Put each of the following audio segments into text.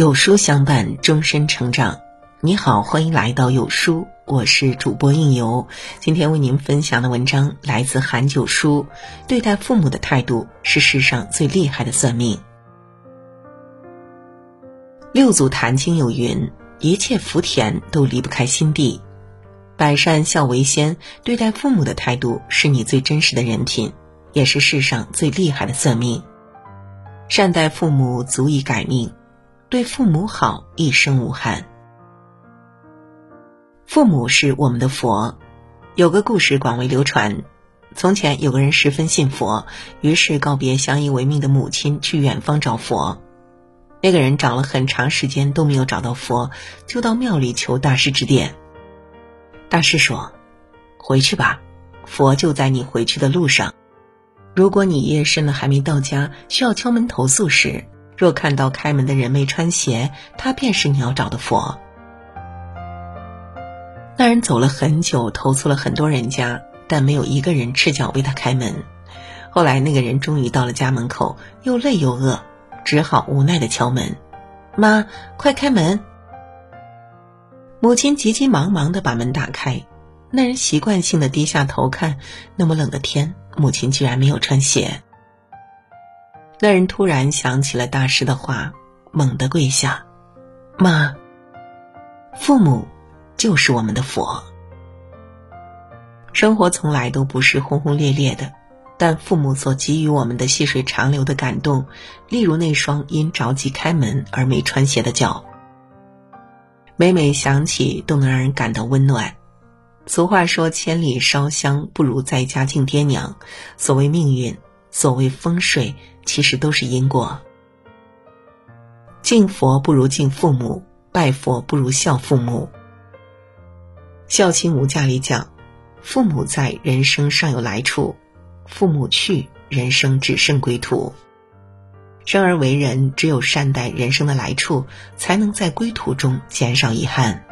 有书相伴，终身成长。你好，欢迎来到有书，我是主播应由。今天为您分享的文章来自韩九书。对待父母的态度是世上最厉害的算命。六祖坛经有云，一切福田都离不开心地。百善孝为先，对待父母的态度是你最真实的人品，也是世上最厉害的算命。善待父母足以改命，对父母好，一生无憾。父母是我们的佛。有个故事广为流传，从前有个人十分信佛，于是告别相依为命的母亲，去远方找佛。那个人找了很长时间都没有找到佛，就到庙里求大师指点。大师说，回去吧，佛就在你回去的路上。如果你夜深了还没到家，需要敲门投诉时，若看到开门的人没穿鞋，他便是你要找的佛。那人走了很久，投诉了很多人家，但没有一个人赤脚为他开门。后来那个人终于到了家门口，又累又饿，只好无奈地敲门。妈，快开门！母亲急急忙忙地把门打开。那人习惯性地低下头看，那么冷的天，母亲居然没有穿鞋。那人突然想起了大师的话，猛地跪下。妈，父母就是我们的佛。生活从来都不是轰轰烈烈的，但父母所给予我们的细水长流的感动，例如那双因着急开门而没穿鞋的脚，每每想起都能让人感到温暖。俗话说，千里烧香不如在家敬爹娘。所谓命运，所谓风水，其实都是因果。敬佛不如敬父母，拜佛不如孝父母。孝亲无价里讲，父母在，人生尚有来处；父母去，人生只剩归途。生而为人，只有善待人生的来处，才能在归途中减少遗憾。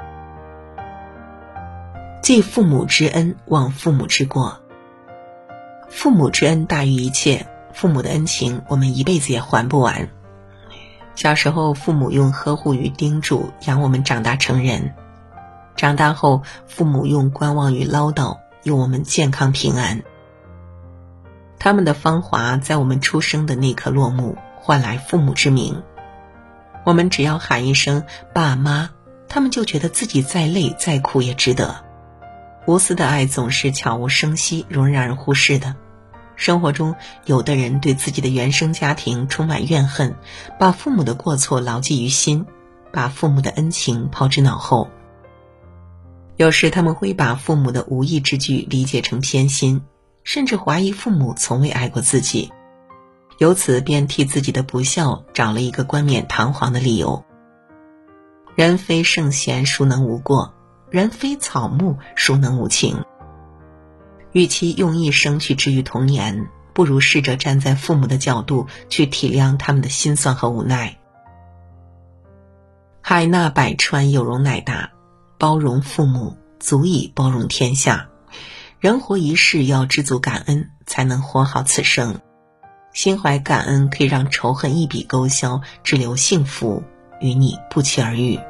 记父母之恩，忘父母之过。父母之恩大于一切，父母的恩情我们一辈子也还不完。小时候，父母用呵护与叮嘱养我们长大成人，长大后，父母用观望与唠叨佑我们健康平安。他们的芳华在我们出生的那刻落幕，换来父母之名。我们只要喊一声爸妈，他们就觉得自己再累再苦也值得。无私的爱总是悄无声息，容易让人忽视的。生活中，有的人对自己的原生家庭充满怨恨，把父母的过错牢记于心，把父母的恩情抛之脑后。有时他们会把父母的无意之举理解成偏心，甚至怀疑父母从未爱过自己，由此便替自己的不孝找了一个冠冕堂皇的理由。人非圣贤，孰能无过？人非草木，孰能无情？与其用一生去治愈童年，不如试着站在父母的角度去体谅他们的心酸和无奈。海纳百川，有容乃大，包容父母足以包容天下。人活一世，要知足感恩，才能活好此生。心怀感恩可以让仇恨一笔勾销，只留幸福与你不期而遇。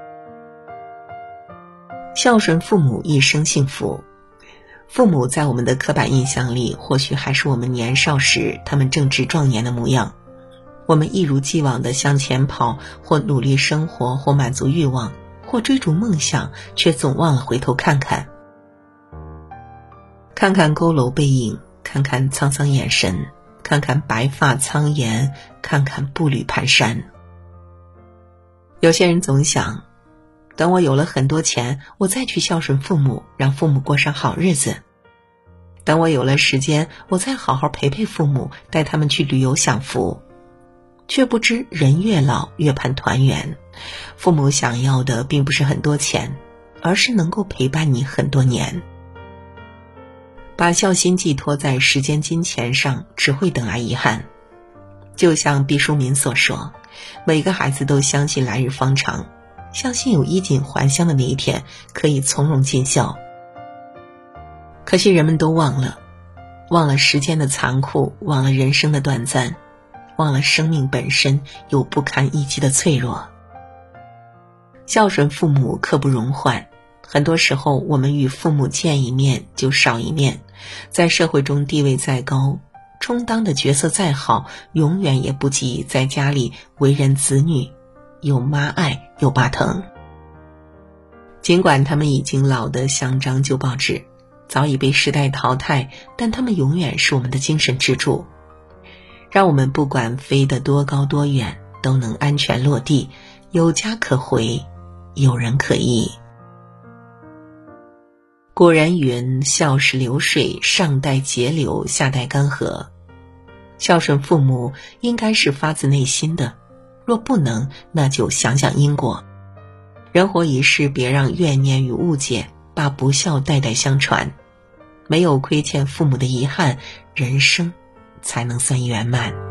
孝顺父母，一生幸福。父母在我们的刻板印象里，或许还是我们年少时他们正值壮年的模样。我们一如既往地向前跑，或努力生活，或满足欲望，或追逐梦想，却总忘了回头看看。看看佝偻背影，看看沧桑眼神，看看白发苍颜，看看步履蹒跚。有些人总想，等我有了很多钱，我再去孝顺父母，让父母过上好日子。等我有了时间，我再好好陪陪父母，带他们去旅游享福。却不知人越老越盼团圆，父母想要的并不是很多钱，而是能够陪伴你很多年。把孝心寄托在时间金钱上，只会等来遗憾。就像毕淑敏所说，每个孩子都相信来日方长，相信有衣锦还乡的那一天，可以从容尽孝。可惜人们都忘了时间的残酷，忘了人生的短暂，忘了生命本身有不堪一击的脆弱。 孝顺父母刻不容缓，很多时候我们与父母见一面就少一面，在社会中地位再高，充当的角色再好，永远也不及在家里为人子女，有妈爱有爸疼。尽管他们已经老得像张旧报纸，早已被时代淘汰，但他们永远是我们的精神支柱，让我们不管飞得多高多远，都能安全落地，有家可回，有人可依。古人云，孝是流水，上代节流，下代干涸。孝顺父母应该是发自内心的，若不能，那就想想因果。人活一世，别让怨念与误解把不孝代代相传，没有亏欠父母的遗憾，人生才能算圆满。